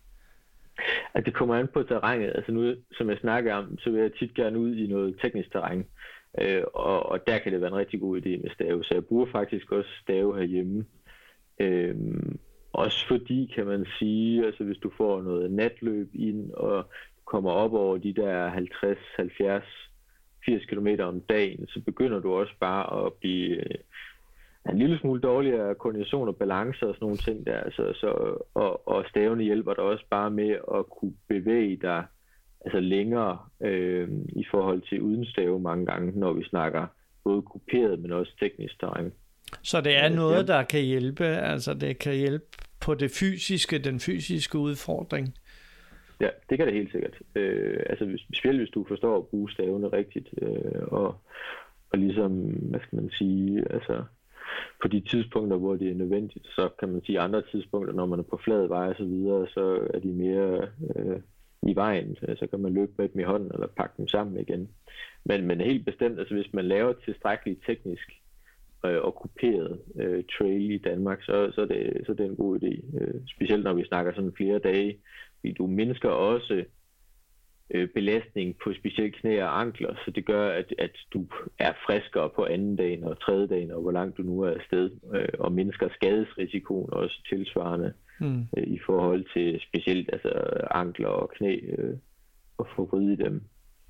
At det kommer an på terrænet. Altså nu, som jeg snakker om, så vil jeg tit gerne ud i noget teknisk terræn. Øh, og, og der kan det være en rigtig god idé med stave. Så jeg bruger faktisk også stave herhjemme. Øh, også fordi, kan man sige, altså hvis du får noget natløb ind, og kommer op over de der halvtreds, halvfjerds, firs kilometer om dagen, så begynder du også bare at blive en lille smule dårligere koordination og balance og sådan nogle ting der. Altså, så, og, og stavene hjælper dig også bare med at kunne bevæge dig altså længere øh, i forhold til uden stave mange gange, når vi snakker både kuperet, men også teknisk terræn. Så det er noget, der kan hjælpe, altså det kan hjælpe på det fysiske, den fysiske udfordring? Ja, det kan det helt sikkert. Øh, altså specielt hvis du forstår at bruge stavene rigtigt, øh, og, og ligesom, hvad skal man sige, altså på de tidspunkter, hvor det er nødvendigt, så kan man sige andre tidspunkter, når man er på flad vej og så videre, så er de mere øh, i vejen, så kan man løbe med dem i hånden eller pakke dem sammen igen. Men, men helt bestemt, altså hvis man laver tilstrækkeligt teknisk øh, og kuperet øh, trail i Danmark, så, så, er det, så er det en god idé. Øh, specielt når vi snakker sådan flere dage, fordi du mindsker også øh, belastning på specielt knæ og ankler, så det gør, at, at du er friskere på anden dagen og tredje dagen, og hvor langt du nu er afsted, øh, og mindsker skadesrisikoen også tilsvarende mm. øh, i forhold til specielt altså, ankler og knæ, øh, og få vridet dem.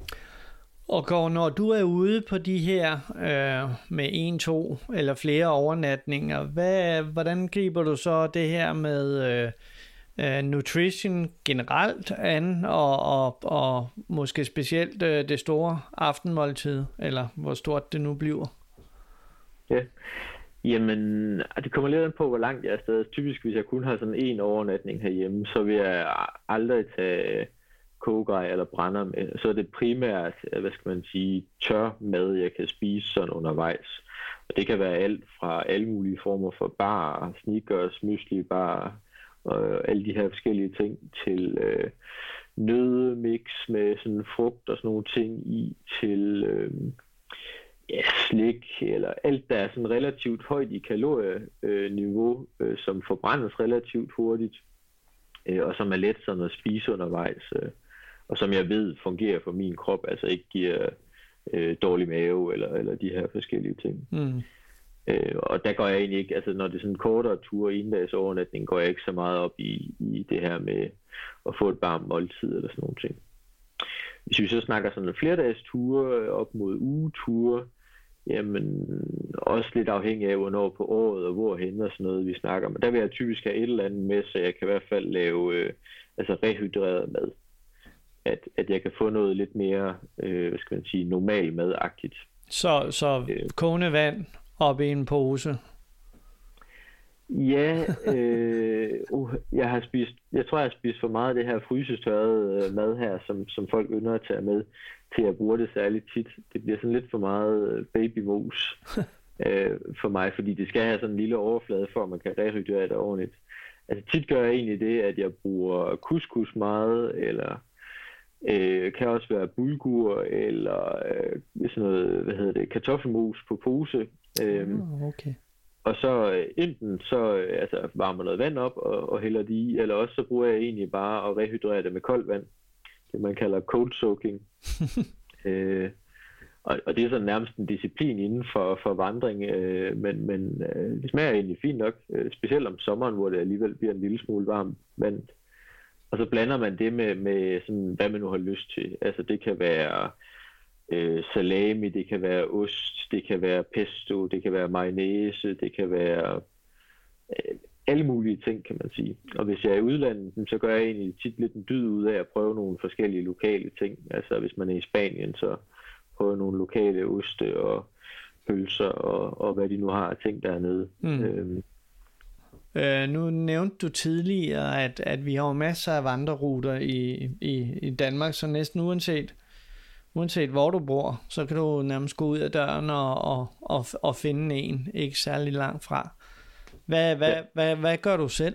Og Kåre, når du er ude på de her øh, med en, to eller flere overnatninger, hvad, hvordan griber du så det her med øh, øh, nutrition generelt an, og, og, og måske specielt øh, det store aftenmåltid, eller hvor stort det nu bliver? Ja, jamen det kommer lidt an på, hvor langt jeg er afsted. Typisk, hvis jeg kun har sådan en overnatning herhjemme, så vil jeg aldrig tage kogegrej eller brænder med. Så er det primært, hvad skal man sige, tør mad, jeg kan spise sådan undervejs. Og det kan være alt fra alle mulige former for bar, sneakers, mysli bar, og alle de her forskellige ting til øh, nødemix med sådan frugt og sådan nogle ting i, til øh, ja, slik, eller alt der er sådan relativt højt i kalorieniveau, øh, som forbrændes relativt hurtigt, øh, og som er let sådan at spise undervejs, øh, og som jeg ved fungerer for min krop, altså ikke giver øh, dårlig mave, eller, eller de her forskellige ting. Mm. Øh, og der går jeg egentlig ikke, altså når det er sådan en kortere tur, endags overnatning, går jeg ikke så meget op i, i det her med at få et varmt måltid, eller sådan nogle ting. Hvis vi så snakker sådan en flerdags ture op mod ugeture, jamen også lidt afhængig af, hvornår på året og hvorhen og sådan noget, vi snakker. Men der vil jeg typisk have et eller andet med, så jeg kan i hvert fald lave øh, altså rehydreret mad. At, at jeg kan få noget lidt mere, øh, hvad skal man sige, normal madagtigt. Så, så øh, kogende vand op i en pose? Ja, øh, uh, jeg har spist, jeg tror jeg har spist for meget af det her frysestørrede øh, mad her, som, som folk ynder at tage med, til at bruge det særligt tit. Det bliver sådan lidt for meget babymos øh, for mig, fordi det skal have sådan en lille overflade, for at man kan rehydrere det ordentligt. Altså tit gør jeg egentlig det, at jeg bruger couscous meget, eller øh, kan også være bulgur, eller øh, sådan noget, hvad hedder det, kartoffelmos på pose. Øh, oh, okay. Og så enten så altså, varmer noget vand op og, og hælder det i, eller også så bruger jeg egentlig bare at rehydrere det med koldt vand. Det man kalder cold soaking. øh, og, og det er sådan nærmest en disciplin inden for, for vandring, øh, men, men øh, det smager egentlig fint nok, øh, specielt om sommeren, hvor det alligevel bliver en lille smule varmt vand. Og så blander man det med, med sådan, hvad man nu har lyst til. Altså det kan være øh, salami, det kan være ost, det kan være pesto, det kan være mayonnaise, det kan være øh, alle mulige ting, kan man sige. Og hvis jeg er i udlandet, så gør jeg egentlig tit lidt en dyd ud af at prøve nogle forskellige lokale ting. Altså hvis man er i Spanien, så prøve nogle lokale oste og pølser og, og hvad de nu har af ting dernede. Mm. Øhm. Øh, nu nævnte du tidligere, at, at vi har masser af vandreruter i, i, i Danmark, så næsten uanset Uanset hvor du bor, så kan du nærmest gå ud af døren og, og, og, og finde en, ikke særlig langt fra. Hvad, hvad, ja. hvad, hvad gør du selv?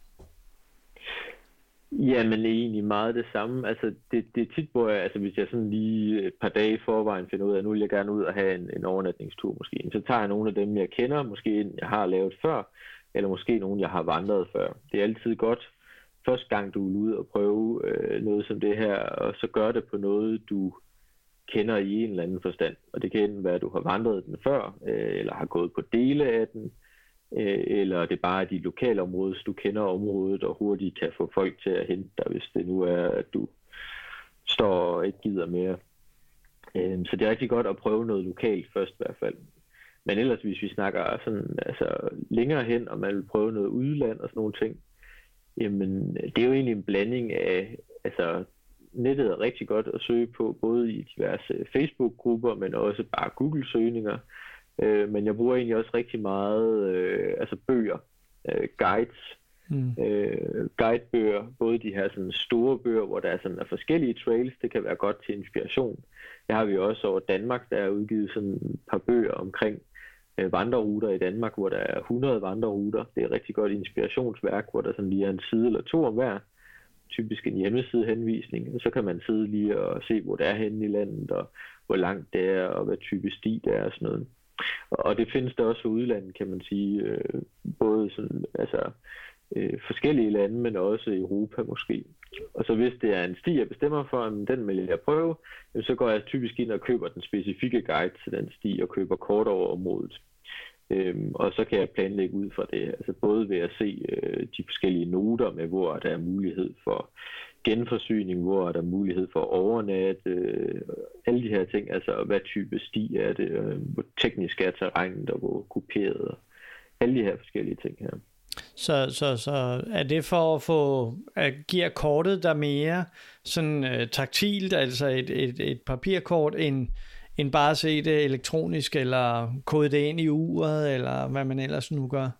Jamen egentlig meget det samme. Altså det, det er tit, hvor jeg, altså hvis jeg sådan lige et par dage i forvejen finder ud af, at nu vil jeg gerne ud og have en, en overnatningstur måske, så tager jeg nogle af dem, jeg kender, måske en, jeg har lavet før, eller måske nogle, jeg har vandret før. Det er altid godt, første gang du er ude og prøve øh, noget som det her, og så gør det på noget, du kender i en eller anden forstand. Og det kan enten være, at du har vandret den før, øh, eller har gået på dele af den, øh, eller det bare er de lokale områder, så du kender området og hurtigt kan få folk til at hente dig, hvis det nu er, at du står og ikke gider mere. Øh, så det er rigtig godt at prøve noget lokalt først i hvert fald. Men ellers, hvis vi snakker sådan, altså, længere hen, og man vil prøve noget udland og sådan nogle ting, jamen, det er jo egentlig en blanding af, altså, nettet er rigtig godt at søge på, både i diverse Facebook-grupper, men også bare Google-søgninger. Øh, men jeg bruger egentlig også rigtig meget øh, altså bøger, øh, guides, mm. øh, guidebøger, både de her sådan store bøger, hvor der er sådan er forskellige trails, det kan være godt til inspiration. Der har vi også over Danmark, der er udgivet sådan et par bøger omkring øh, vandreruter i Danmark, hvor der er hundrede vandreruter. Det er et rigtig godt inspirationsværk, hvor der sådan lige er en side eller to om hver. Typisk en hjemmesidehenvisning, og så kan man sidde lige og se, hvor det er henne i landet, og hvor langt det er, og hvad type sti det er og sådan noget. Og det findes der også for udlandet, kan man sige, øh, både sådan, altså, øh, forskellige lande, men også Europa måske. Og så hvis det er en sti, jeg bestemmer for, om den vil jeg prøve, så går jeg typisk ind og køber den specifikke guide til den sti, og køber kort over området. Øhm, og så kan jeg planlægge ud fra det, altså både ved at se øh, de forskellige noter med, hvor der er mulighed for genforsyning, hvor der er mulighed for overnatte, øh, alle de her ting, altså hvad type sti er det, øh, hvor teknisk er terrænet, og hvor kuperet, alle de her forskellige ting her. Så, så, så er det for at få, at giver kortet der mere sådan øh, taktilt, altså et, et, et papirkort, end end bare at se det elektronisk, eller kode det ind i uret, eller hvad man ellers nu gør?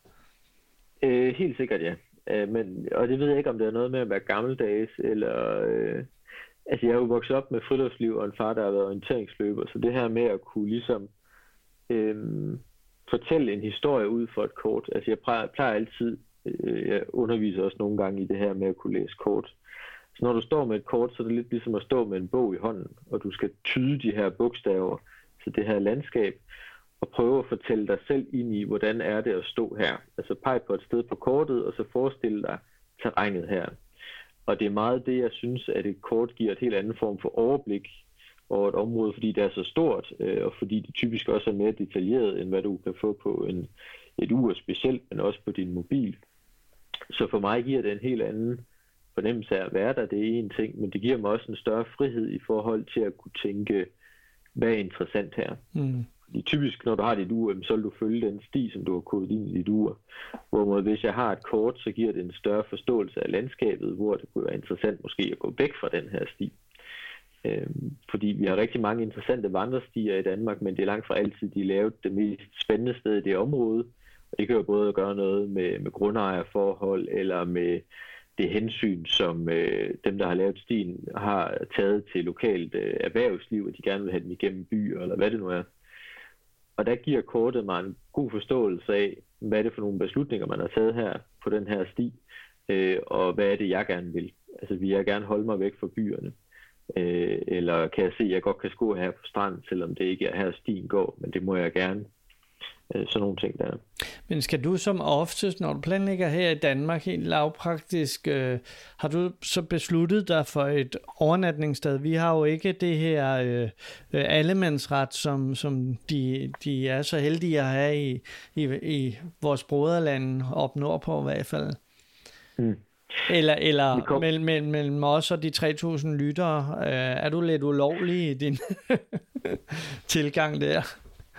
Øh, helt sikkert, ja. Øh, men, og det ved jeg ikke, om det er noget med at være gammeldags, eller... Øh, altså, jeg er jo vokset op med friluftsliv, og en far, der har været orienteringsløber, så det her med at kunne ligesom øh, fortælle en historie ud for et kort. Altså, jeg plejer, plejer altid, øh, jeg underviser også nogle gange i det her med at kunne læse kort. Så når du står med et kort, så er det lidt ligesom at stå med en bog i hånden, og du skal tyde de her bogstaver til det her landskab, og prøve at fortælle dig selv ind i, hvordan er det at stå her. Altså pege på et sted på kortet, og så forestille dig terrænet her. Og det er meget det, jeg synes, at et kort giver et helt andet form for overblik over et område, fordi det er så stort, og fordi det typisk også er mere detaljeret, end hvad du kan få på en, et ur specielt, men også på din mobil. Så for mig giver det en helt anden fornemmelse af at være der, det er en ting, men det giver mig også en større frihed i forhold til at kunne tænke, hvad er interessant her. Mm. Fordi typisk, når du har dit ur, så vil du følge den sti, som du har kodet ind i dit ur. Hvorimod hvis jeg har et kort, så giver det en større forståelse af landskabet, hvor det kunne være interessant måske at gå væk fra den her sti. Øhm, fordi vi har rigtig mange interessante vandrestier i Danmark, men det er langt fra altid de lavet det mest spændende sted i det område. Og det kan jo både gøre noget med, med grundejerforhold, eller med det hensyn, som øh, dem, der har lavet stien, har taget til lokalt øh, erhvervsliv, at de gerne vil have den igennem byer, eller hvad det nu er. Og der giver kortet mig en god forståelse af, hvad er det for nogle beslutninger, man har taget her på den her sti, øh, og hvad er det, jeg gerne vil. Altså, vil jeg gerne holde mig væk fra byerne? Øh, eller kan jeg se, at jeg godt kan gå her på stranden, selvom det ikke er her stien går, men det må jeg gerne. Sådan nogle ting der. Men skal du som oftest, når du planlægger her i Danmark helt lavpraktisk, øh, har du så besluttet dig for et overnatningssted? Vi har jo ikke det her øh, allemandsret, som, som de, de er så heldige at have i, i, i vores broderlande op nordpå i hvert fald. Mm. Eller, eller kom... mellem, mellem, mellem os og de tre tusind lyttere, øh, er du lidt ulovlig i din tilgang der?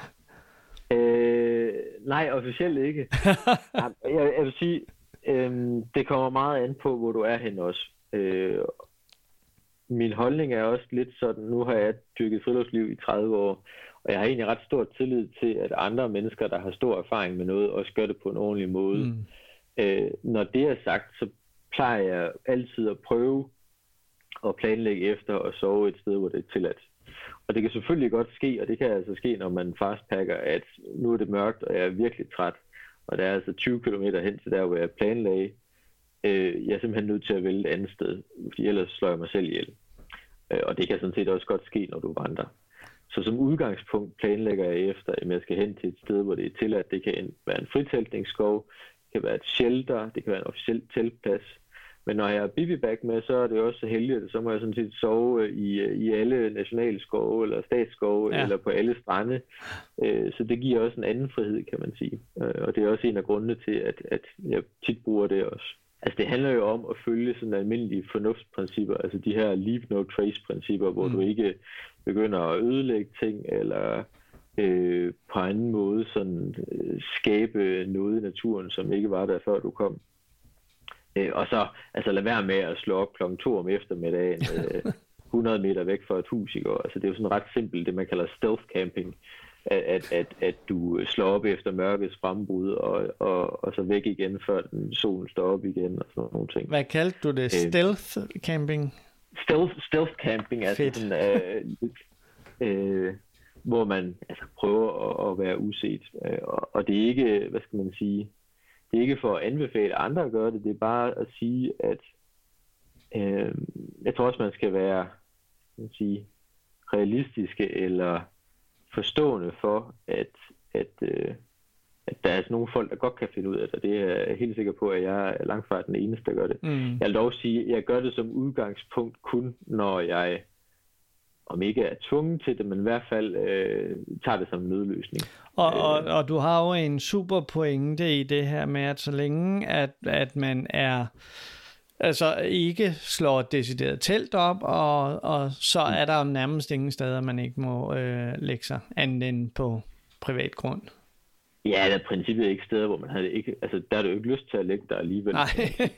Øh, nej, officielt ikke. jeg, jeg vil sige, øh, det kommer meget an på, hvor du er hen også. Øh, min holdning er også lidt sådan, nu har jeg dyrket friluftsliv i tredive år, og jeg har egentlig ret stor tillid til, at andre mennesker, der har stor erfaring med noget, også gør det på en ordentlig måde. Mm. Øh, når det er sagt, så plejer jeg altid at prøve at planlægge efter og sove et sted, hvor det er tilladt. Og det kan selvfølgelig godt ske, og det kan altså ske, når man fastpakker, at nu er det mørkt, og jeg er virkelig træt, og der er altså tyve kilometer hen til der, hvor jeg planlagde. Øh, jeg er simpelthen nødt til at vælge et andet sted, fordi ellers slår jeg mig selv ihjel. Øh, og det kan sådan set også godt ske, når du vandrer. Så som udgangspunkt planlægger jeg efter, at jeg skal hen til et sted, hvor det er tilladt. Det kan være en fritæltningsskov, det kan være et shelter, det kan være en officiel teltplads. Men når jeg har bivibak med, så er det også så heldigt, at så må jeg sådan set sove i, i alle nationale skove, eller statsskove, ja. Eller på alle strande. Så det giver også en anden frihed, kan man sige. Og det er også en af grundene til, at, at jeg tit bruger det også. Altså det handler jo om at følge sådan almindelige fornuftsprincipper, altså de her leave no trace principper, hvor mm. du ikke begynder at ødelægge ting, eller øh, på anden måde sådan øh, skabe noget i naturen, som ikke var der før du kom. Øh, og så altså lad være med at slå op klokken to om eftermiddagen, øh, hundrede meter væk fra et hus, ikke? Altså det er jo sådan ret simpelt, det man kalder stealth camping. At, at, at du slår op efter mørkets frembrud, og, og, og så væk igen, før den solen står op igen, og sådan nogle ting. Hvad kaldte du det? Stealth camping? Stealth, stealth camping, altså sådan, øh, øh, hvor man altså, prøver at, at være uset. Og, og det er ikke, hvad skal man sige, det er ikke for at anbefale andre at gøre det, det er bare at sige, at øh, jeg tror også, man skal være skal man sige, realistiske, eller forstående for, at, at, øh, at der er sådan nogle folk, der godt kan finde ud af det, og det er jeg helt sikker på, at jeg er langt fra den eneste, der gør det. Mm. Jeg vil dog sige, at jeg gør det som udgangspunkt kun, når jeg, om ikke er tvunget til det, men i hvert fald øh, tager det som en nødløsning. Og, og, og du har jo en super pointe i det her med, at så længe, at, at man er altså ikke slår et decideret telt op, og, og så er der nærmest ingen steder, man ikke må øh, lægge sig, andet end på privat grund. Ja, der er princippet ikke steder, hvor man har det ikke, altså der er du ikke lyst til at lægge dig alligevel. Nej.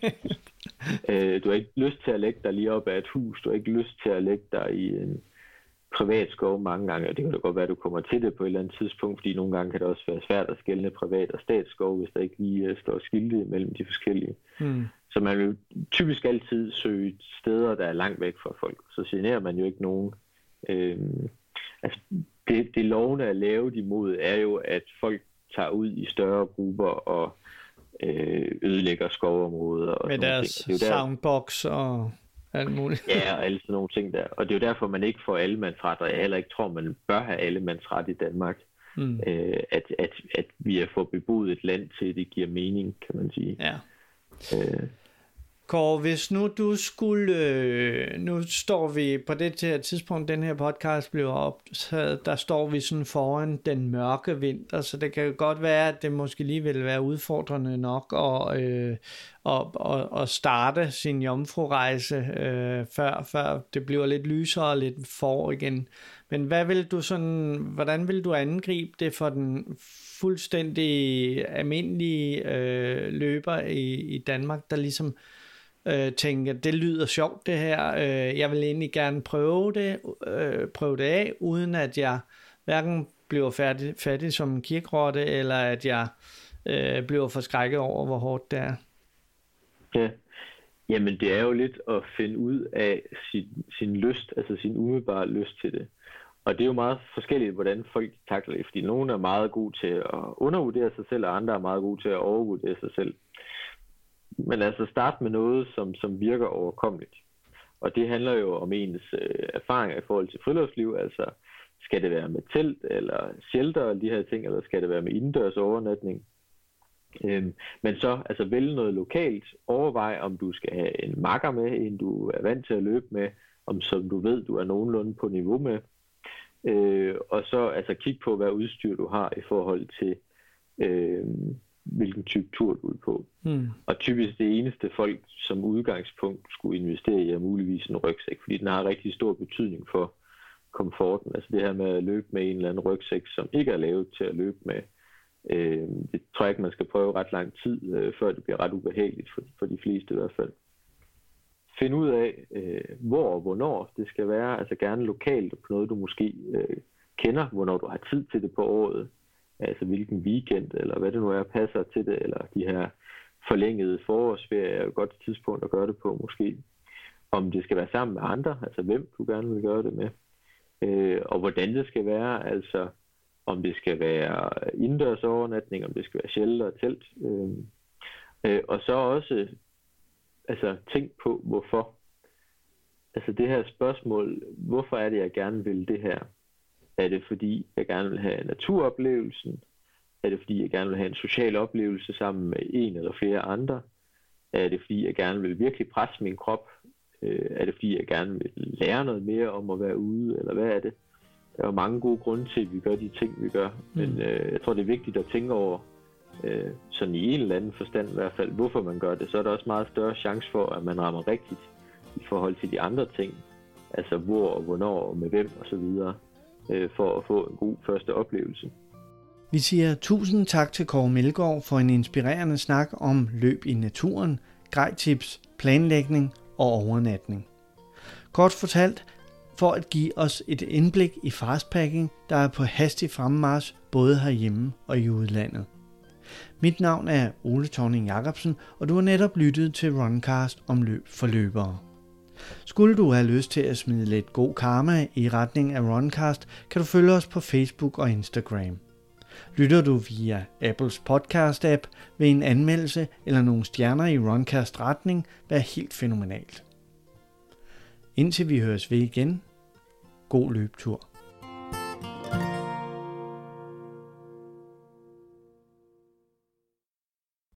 øh, du har ikke lyst til at lægge dig lige op ad et hus, du har ikke lyst til at lægge dig i en privat skov mange gange, og det kan da godt være, at du kommer til det på et eller andet tidspunkt, fordi nogle gange kan det også være svært at skelne privat og statsskov, hvis der ikke lige uh, står skilte mellem de forskellige. Mm. Så man vil typisk altid søge steder, der er langt væk fra folk. Så generer man jo ikke nogen. Øhm, altså det, det lovende at lave de mod er jo, at folk tager ud i større grupper og øh, ødelægger skovområder. Og med deres der... soundbox og alt muligt. Ja, og alle sådan nogle ting der. Og det er jo derfor, man ikke får allemandsret, og jeg heller ikke tror, man bør have allemandsret i Danmark. Mm. Øh, at, at, at vi er for beboet et land til, det giver mening, kan man sige. Ja. Øh. Kåre, hvis nu du skulle, øh, nu står vi på det her tidspunkt, den her podcast bliver optaget, der står vi sådan foran den mørke vinter, så det kan jo godt være, at det måske lige vil være udfordrende nok at, øh, at, at, at starte sin jomfrurejse, øh, før, før det bliver lidt lysere og lidt forår igen. Men hvad vil du sådan, hvordan vil du angribe det for den fuldstændig almindelige øh, løber i, i Danmark, der ligesom Øh, tænker, det lyder sjovt det her, øh, jeg vil egentlig gerne prøve det, øh, prøve det af, uden at jeg hverken bliver fattig, fattig som en kirkerotte, eller at jeg øh, bliver forskrækket over, hvor hårdt det er. Ja, jamen det er jo lidt at finde ud af sin, sin lyst, altså sin umiddelbare lyst til det. Og det er jo meget forskelligt, hvordan folk takler det, fordi nogle er meget gode til at undervurdere sig selv, og andre er meget gode til at overvurdere sig selv. Men altså start med noget, som, som virker overkommeligt. Og det handler jo om ens øh, erfaringer i forhold til friluftsliv. Altså skal det være med telt eller shelter og de her ting, eller skal det være med indendørs overnatning? Øhm, men så altså vælge noget lokalt. Overvej, om du skal have en makker med, en du er vant til at løbe med, om som du ved, du er nogenlunde på niveau med. Øh, og så altså kig på, hvad udstyr du har i forhold til øh, hvilken type tur du er på. Mm. Og typisk det eneste folk som udgangspunkt skulle investere i er muligvis en rygsæk, fordi den har rigtig stor betydning for komforten. Altså det her med at løbe med en eller anden rygsæk, som ikke er lavet til at løbe med, øh, det tror jeg ikke, man skal prøve ret lang tid, øh, før det bliver ret ubehageligt, for, for de fleste i hvert fald. Find ud af, øh, hvor og hvornår det skal være, altså gerne lokalt på noget, du måske øh, kender, hvornår du har tid til det på året, altså hvilken weekend, eller hvad det nu er, passer til det, eller de her forlængede forårsferie er jo et godt tidspunkt at gøre det på måske. Om det skal være sammen med andre, altså hvem du gerne vil gøre det med, øh, og hvordan det skal være, altså om det skal være indendørs overnatning, om det skal være shelter og telt, øh, øh, og så også altså tænk på hvorfor. Altså det her spørgsmål, hvorfor er det jeg gerne vil det her? Er det fordi jeg gerne vil have naturoplevelsen? Er det fordi jeg gerne vil have en social oplevelse sammen med en eller flere andre? Er det fordi, jeg gerne vil virkelig presse min krop? Øh, er det fordi, jeg gerne vil lære noget mere om at være ude? Eller hvad er det? Der er jo mange gode grunde til, at vi gør de ting, vi gør. Mm. Men øh, jeg tror, det er vigtigt at tænke over, øh, sådan i en eller anden forstand i hvert fald, hvorfor man gør det. Så er der også meget større chance for, at man rammer rigtigt i forhold til de andre ting. Altså hvor og hvornår og med hvem og så videre, øh, for at få en god første oplevelse. Vi siger tusind tak til Kåre Meldgaard for en inspirerende snak om løb i naturen, grejtips, planlægning og overnatning. Kort fortalt, for at give os et indblik i fastpacking, der er på hastig fremmarch både herhjemme og i udlandet. Mit navn er Ole Thorning Jacobsen, og du har netop lyttet til Runcast om løb for løbere. Skulle du have lyst til at smide lidt god karma i retning af Runcast, kan du følge os på Facebook og Instagram. Lytter du via Apples podcast-app, vil en anmeldelse eller nogle stjerner i Runcast retning være helt fænomenalt. Indtil vi høres ved igen, god løbetur.